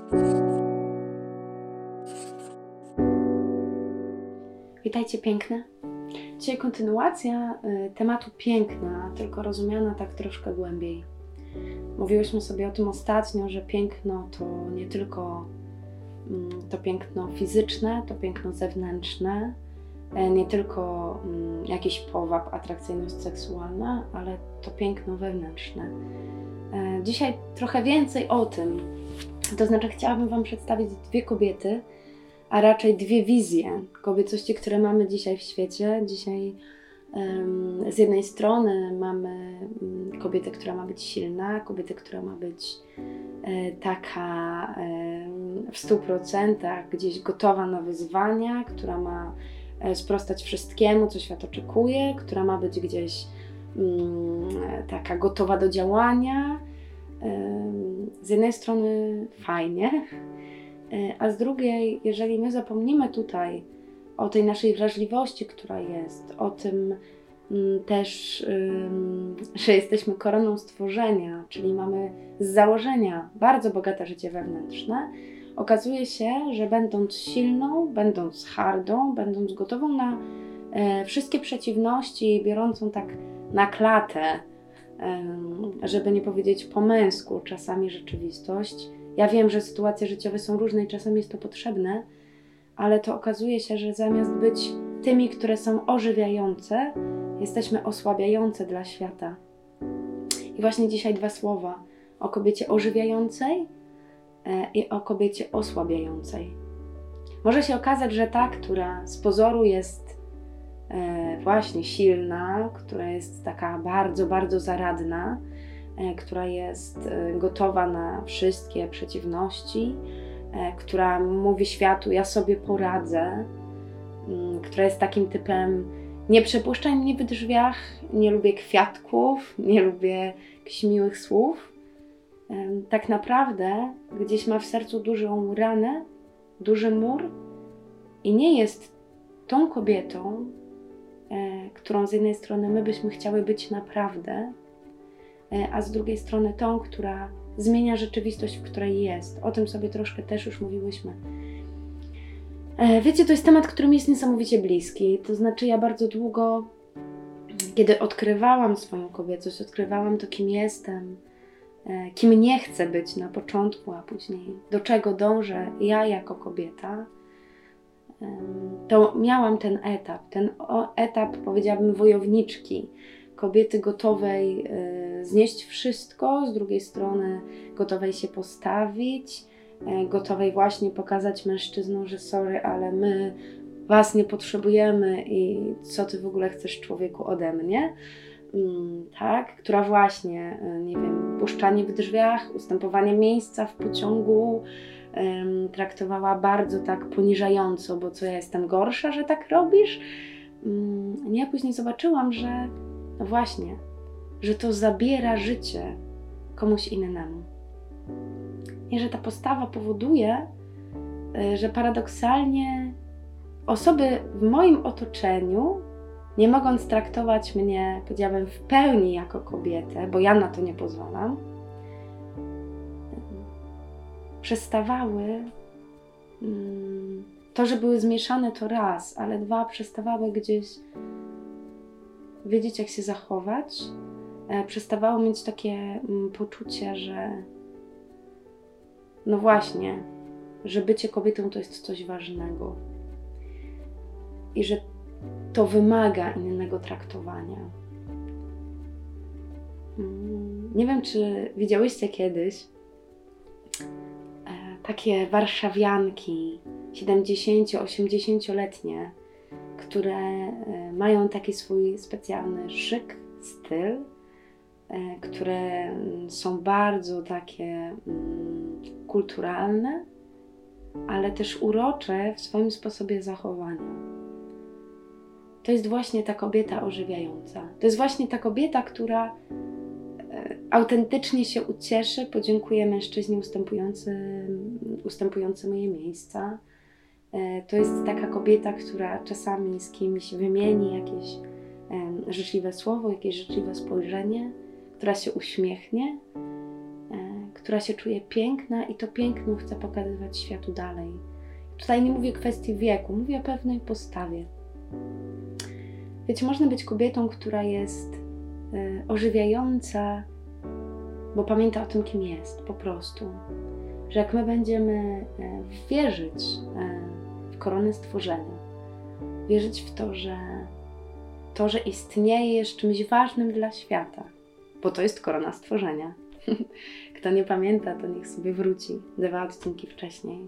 Witajcie piękne. Dzisiaj kontynuacja tematu piękna, tylko rozumiana tak troszkę głębiej. Mówiłyśmy sobie o tym ostatnio, że piękno to nie tylko to piękno fizyczne, to piękno zewnętrzne, nie tylko jakiś powab, atrakcyjność seksualna, ale to piękno wewnętrzne. Dzisiaj trochę więcej o tym. To znaczy chciałabym Wam przedstawić dwie kobiety, a raczej dwie wizje kobiecości, które mamy dzisiaj w świecie. Dzisiaj z jednej strony mamy kobietę, która ma być silna, kobietę, która ma być taka w 100% gdzieś gotowa na wyzwania, która ma sprostać wszystkiemu, co świat oczekuje, która ma być gdzieś taka gotowa do działania. Z jednej strony fajnie, a z drugiej, jeżeli my zapomnimy tutaj o tej naszej wrażliwości, która jest, o tym też, że jesteśmy koroną stworzenia, czyli mamy z założenia bardzo bogate życie wewnętrzne, okazuje się, że będąc silną, będąc hardą, będąc gotową na wszystkie przeciwności, biorącą tak na klatę, żeby nie powiedzieć po męsku czasami rzeczywistość. Ja wiem, że sytuacje życiowe są różne i czasami jest to potrzebne, ale to okazuje się, że zamiast być tymi, które są ożywiające, jesteśmy osłabiające dla świata. I właśnie dzisiaj dwa słowa o kobiecie ożywiającej i o kobiecie osłabiającej. Może się okazać, że ta, która z pozoru jest właśnie silna, która jest taka bardzo, bardzo zaradna, która jest gotowa na wszystkie przeciwności, która mówi światu, ja sobie poradzę, która jest takim typem, nie przepuszczaj mnie w drzwiach, nie lubię kwiatków, nie lubię jakichś miłych słów. Tak naprawdę gdzieś ma w sercu dużą ranę, duży mur i nie jest tą kobietą, którą z jednej strony my byśmy chciały być naprawdę, a z drugiej strony tą, która zmienia rzeczywistość, w której jest. O tym sobie troszkę też już mówiłyśmy. Wiecie, to jest temat, który mi jest niesamowicie bliski. To znaczy ja bardzo długo, kiedy odkrywałam swoją kobiecość, odkrywałam to, kim jestem, kim nie chcę być na początku, a później do czego dążę ja jako kobieta, to miałam ten etap, powiedziałabym, wojowniczki, kobiety gotowej znieść wszystko, z drugiej strony gotowej się postawić, gotowej właśnie pokazać mężczyznom, że sorry, ale my was nie potrzebujemy i co ty w ogóle chcesz, człowieku, ode mnie, tak? Która właśnie, nie wiem, puszczanie w drzwiach, ustępowanie miejsca w pociągu traktowała bardzo tak poniżająco, bo co, ja jestem gorsza, że tak robisz? Ja później zobaczyłam, że no właśnie, że to zabiera życie komuś innemu. I że ta postawa powoduje, że paradoksalnie osoby w moim otoczeniu, nie mogąc traktować mnie, powiedziałabym, w pełni jako kobietę, bo ja na to nie pozwalam, przestawały, to, że były zmieszane to raz, ale dwa, przestawały gdzieś wiedzieć, jak się zachować, przestawało mieć takie poczucie, że no właśnie, że bycie kobietą to jest coś ważnego i że to wymaga innego traktowania. Nie wiem, czy widziałyście kiedyś takie warszawianki 70-80-letnie, które mają taki swój specjalny szyk, styl, które są bardzo takie kulturalne, ale też urocze w swoim sposobie zachowania. To jest właśnie ta kobieta ożywiająca. To jest właśnie ta kobieta, która autentycznie się ucieszy, podziękuje mężczyźnie ustępującemu jej miejsca. To jest taka kobieta, która czasami z kimś wymieni jakieś życzliwe słowo, jakieś życzliwe spojrzenie, która się uśmiechnie, która się czuje piękna i to piękno chce pokazywać światu dalej. Tutaj nie mówię kwestii wieku, mówię o pewnej postawie. Wiecie, można być kobietą, która jest ożywiająca, bo pamięta o tym, kim jest, po prostu. Że jak my będziemy wierzyć w koronę stworzenia, wierzyć w to, że istnieje, jest czymś ważnym dla świata, bo to jest korona stworzenia. Kto nie pamięta, to niech sobie wróci 2 odcinki wcześniej.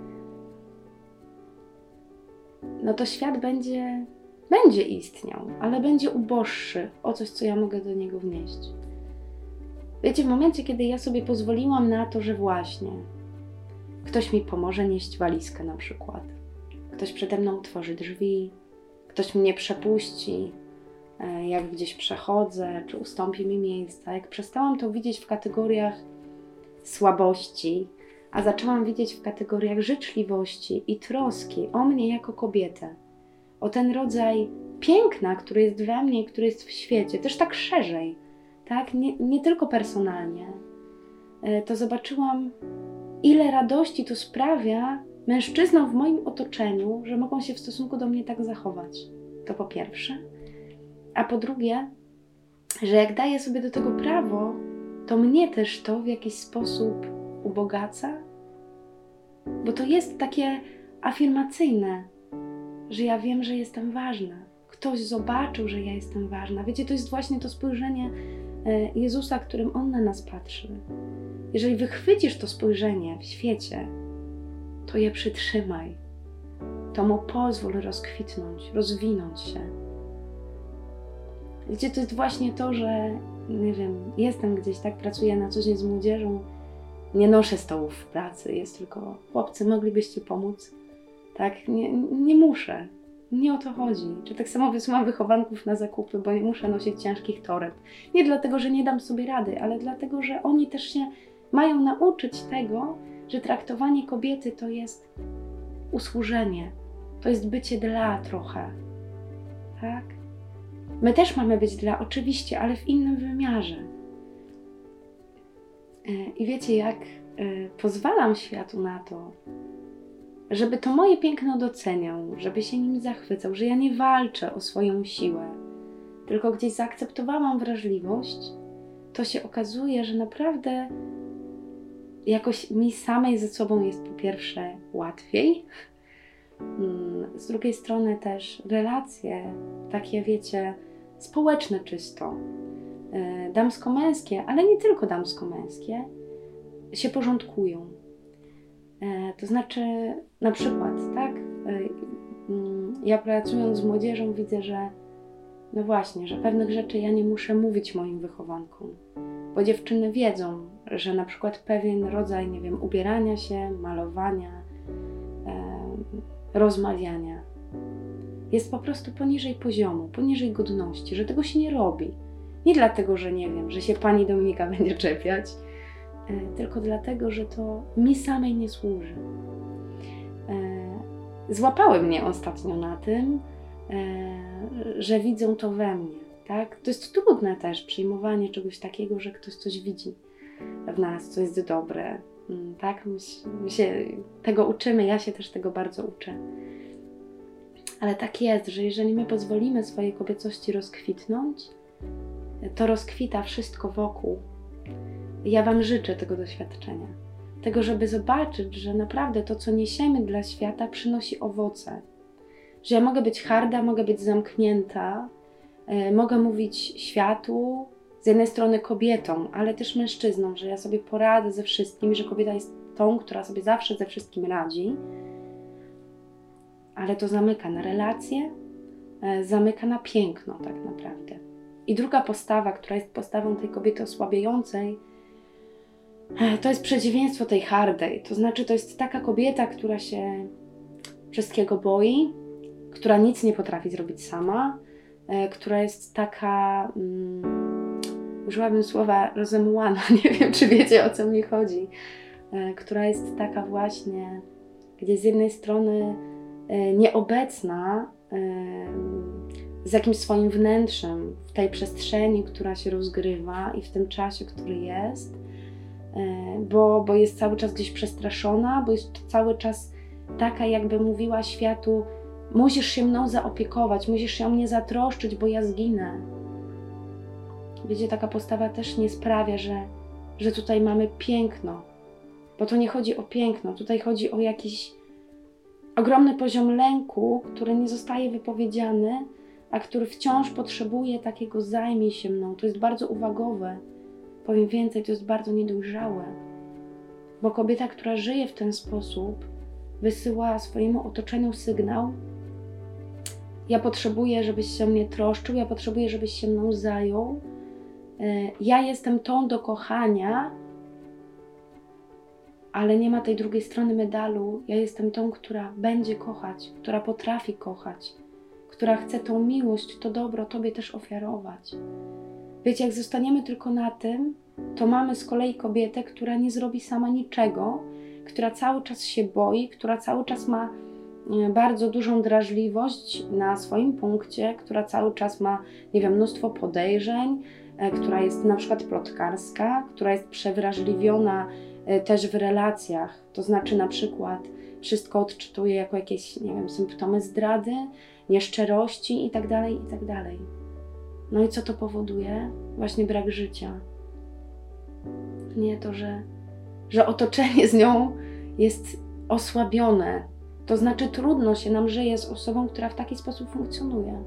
No to świat będzie istniał, ale będzie uboższy o coś, co ja mogę do niego wnieść. Wiecie, w momencie, kiedy ja sobie pozwoliłam na to, że właśnie ktoś mi pomoże nieść walizkę na przykład, ktoś przede mną otworzy drzwi, ktoś mnie przepuści, jak gdzieś przechodzę, czy ustąpi mi miejsca. Jak przestałam to widzieć w kategoriach słabości, a zaczęłam widzieć w kategoriach życzliwości i troski o mnie jako kobietę, o ten rodzaj piękna, który jest we mnie i który jest w świecie, też tak szerzej, tak? Nie tylko personalnie, to zobaczyłam, ile radości to sprawia mężczyznom w moim otoczeniu, że mogą się w stosunku do mnie tak zachować. To po pierwsze. A po drugie, że jak daję sobie do tego prawo, to mnie też to w jakiś sposób ubogaca, bo to jest takie afirmacyjne, że ja wiem, że jestem ważna. Ktoś zobaczył, że ja jestem ważna. Wiecie, to jest właśnie to spojrzenie Jezusa, którym On na nas patrzy. Jeżeli wychwycisz to spojrzenie w świecie, to je przytrzymaj. To mu pozwól rozkwitnąć, rozwinąć się. Wiecie, to jest właśnie to, że nie wiem, jestem gdzieś, tak, pracuję na co dzień z młodzieżą, nie noszę stołów w pracy, jest tylko chłopcy, moglibyście pomóc? Tak, nie muszę. Nie o to chodzi. Czy tak samo wysyłam wychowanków na zakupy, bo nie muszę nosić ciężkich toreb. Nie dlatego, że nie dam sobie rady, ale dlatego, że oni też się mają nauczyć tego, że traktowanie kobiety to jest usłużenie. To jest bycie dla trochę. Tak? My też mamy być dla, oczywiście, ale w innym wymiarze. I wiecie, jak pozwalam światu na to, żeby to moje piękno doceniał, żeby się nim zachwycał, że ja nie walczę o swoją siłę, tylko gdzieś zaakceptowałam wrażliwość, to się okazuje, że naprawdę jakoś mi samej ze sobą jest po pierwsze łatwiej, z drugiej strony też relacje takie, wiecie, społeczne czysto, damsko-męskie, ale nie tylko damsko-męskie, się porządkują. To znaczy, na przykład, tak, ja pracując z młodzieżą widzę, że no właśnie, że pewnych rzeczy ja nie muszę mówić moim wychowankom, bo dziewczyny wiedzą, że na przykład pewien rodzaj, nie wiem, ubierania się, malowania, rozmawiania jest po prostu poniżej poziomu, poniżej godności, że tego się nie robi. Nie dlatego, że nie wiem, że się pani Dominika będzie czepiać, tylko dlatego, że to mi samej nie służy. Złapały mnie ostatnio na tym, że widzą to we mnie. Tak? To jest trudne też, przyjmowanie czegoś takiego, że ktoś coś widzi w nas, co jest dobre. Tak? My się tego uczymy, ja się też tego bardzo uczę. Ale tak jest, że jeżeli my pozwolimy swojej kobiecości rozkwitnąć, to rozkwita wszystko wokół. Ja Wam życzę tego doświadczenia. Tego, żeby zobaczyć, że naprawdę to, co niesiemy dla świata, przynosi owoce. Że ja mogę być harda, mogę być zamknięta, mogę mówić światu, z jednej strony kobietom, ale też mężczyznom, że ja sobie poradzę ze wszystkim, że kobieta jest tą, która sobie zawsze ze wszystkim radzi. Ale to zamyka na relacje, zamyka na piękno tak naprawdę. I druga postawa, która jest postawą tej kobiety osłabiającej, to jest przeciwieństwo tej hardej. To znaczy, to jest taka kobieta, która się wszystkiego boi, która nic nie potrafi zrobić sama, która jest taka, użyłabym słowa rozemułana, nie wiem, czy wiecie, o co mi chodzi, która jest taka właśnie, gdzie z jednej strony nieobecna z jakimś swoim wnętrzem w tej przestrzeni, która się rozgrywa i w tym czasie, który jest, bo jest cały czas gdzieś przestraszona, bo jest cały czas taka, jakby mówiła światu: musisz się mną zaopiekować, musisz się o mnie zatroszczyć, bo ja zginę. Wiecie, taka postawa też nie sprawia, że tutaj mamy piękno, bo tu nie chodzi o piękno, tutaj chodzi o jakiś ogromny poziom lęku, który nie zostaje wypowiedziany, a który wciąż potrzebuje takiego: zajmij się mną. To jest bardzo uwagowe. Powiem więcej, to jest bardzo niedojrzałe. Bo kobieta, która żyje w ten sposób, wysyła swojemu otoczeniu sygnał: ja potrzebuję, żebyś się o mnie troszczył, ja potrzebuję, żebyś się mną zajął. Ja jestem tą do kochania, ale nie ma tej drugiej strony medalu. Ja jestem tą, która będzie kochać, która potrafi kochać, która chce tą miłość, to dobro Tobie też ofiarować. Wiecie, jak zostaniemy tylko na tym, to mamy z kolei kobietę, która nie zrobi sama niczego, która cały czas się boi, która cały czas ma bardzo dużą drażliwość na swoim punkcie, która cały czas ma, nie wiem, mnóstwo podejrzeń, która jest na przykład plotkarska, która jest przewrażliwiona też w relacjach, to znaczy na przykład wszystko odczytuje jako jakieś, nie wiem, symptomy zdrady, nieszczerości itd., itd. No i co to powoduje? Właśnie brak życia. Nie to, że otoczenie z nią jest osłabione. To znaczy trudno się nam żyje z osobą, która w taki sposób funkcjonuje.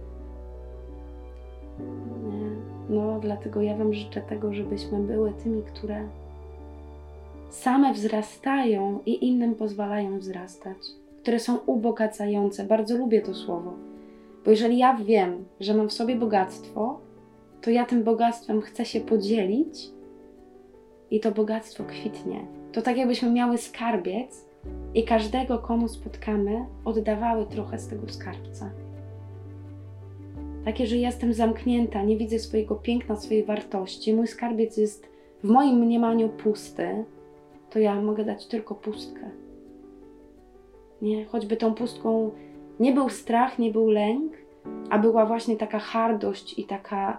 Nie. No dlatego ja Wam życzę tego, żebyśmy były tymi, które same wzrastają i innym pozwalają wzrastać, które są ubogacające. Bardzo lubię to słowo, bo jeżeli ja wiem, że mam w sobie bogactwo, to ja tym bogactwem chcę się podzielić i to bogactwo kwitnie. To tak jakbyśmy miały skarbiec i każdego, komu spotkamy, oddawały trochę z tego skarbca. Takie, że jestem zamknięta, nie widzę swojego piękna, swojej wartości, mój skarbiec jest w moim mniemaniu pusty, to ja mogę dać tylko pustkę. Nie? Choćby tą pustką nie był strach, nie był lęk, a była właśnie taka hardość i taka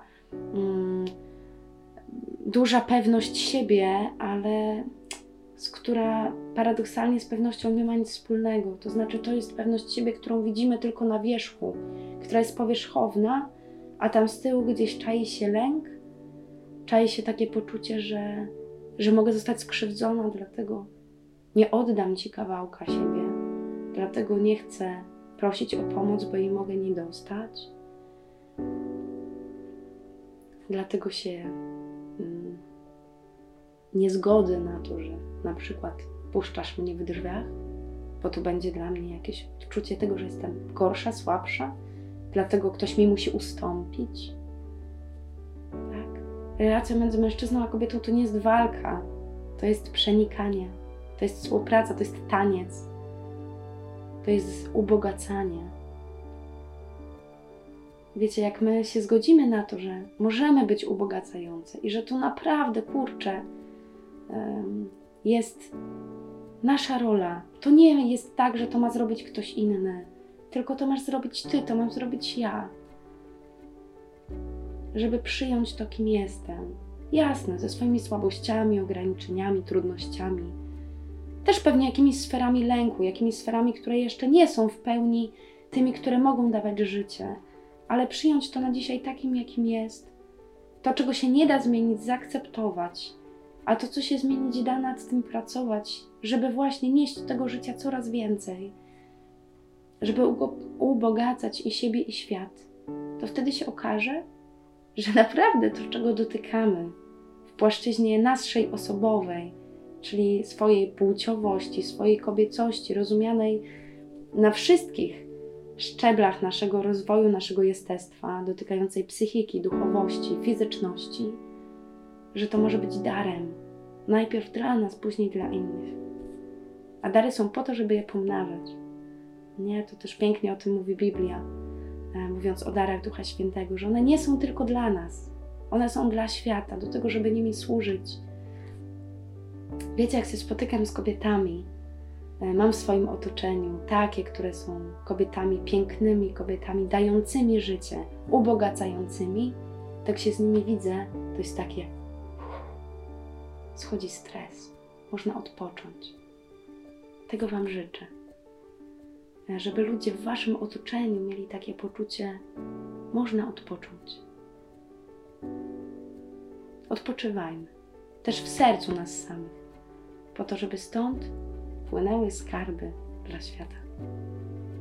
duża pewność siebie, ale która paradoksalnie z pewnością nie ma nic wspólnego. To znaczy, to jest pewność siebie, którą widzimy tylko na wierzchu, która jest powierzchowna, a tam z tyłu gdzieś czai się lęk, czai się takie poczucie, że mogę zostać skrzywdzona, dlatego nie oddam Ci kawałka siebie, dlatego nie chcę prosić o pomoc, bo jej mogę nie dostać. Dlatego się nie zgodzę na to, że na przykład puszczasz mnie w drzwiach, bo to będzie dla mnie jakieś odczucie tego, że jestem gorsza, słabsza, dlatego ktoś mi musi ustąpić. Tak? Relacja między mężczyzną a kobietą to nie jest walka, to jest przenikanie, to jest współpraca, to jest taniec, to jest ubogacanie. Wiecie, jak my się zgodzimy na to, że możemy być ubogacające i że to naprawdę, kurczę, jest nasza rola. To nie jest tak, że to ma zrobić ktoś inny, tylko to masz zrobić Ty, to mam zrobić ja. Żeby przyjąć to, kim jestem. Jasne, ze swoimi słabościami, ograniczeniami, trudnościami. Też pewnie jakimiś sferami lęku, jakimiś sferami, które jeszcze nie są w pełni tymi, które mogą dawać życie. Ale przyjąć to na dzisiaj takim, jakim jest. To, czego się nie da zmienić, zaakceptować. A to, co się zmienić da, nad tym pracować, żeby właśnie nieść tego życia coraz więcej. Żeby ubogacać i siebie, i świat. To wtedy się okaże, że naprawdę to, czego dotykamy w płaszczyźnie naszej osobowej, czyli swojej płciowości, swojej kobiecości, rozumianej na wszystkich szczeblach naszego rozwoju, naszego jestestwa, dotykającej psychiki, duchowości, fizyczności, że to może być darem. Najpierw dla nas, później dla innych. A dary są po to, żeby je pomnażać. Nie, to też pięknie o tym mówi Biblia, mówiąc o darach Ducha Świętego, że one nie są tylko dla nas. One są dla świata, do tego, żeby nimi służyć. Wiecie, jak się spotykam z kobietami, mam w swoim otoczeniu takie, które są kobietami pięknymi, kobietami dającymi życie, ubogacającymi, tak się z nimi widzę, to jest takie schodzi stres, można odpocząć. Tego Wam życzę. Żeby ludzie w Waszym otoczeniu mieli takie poczucie, można odpocząć. Odpoczywajmy, też w sercu nas samych, po to, żeby stąd płynęły skarby dla świata.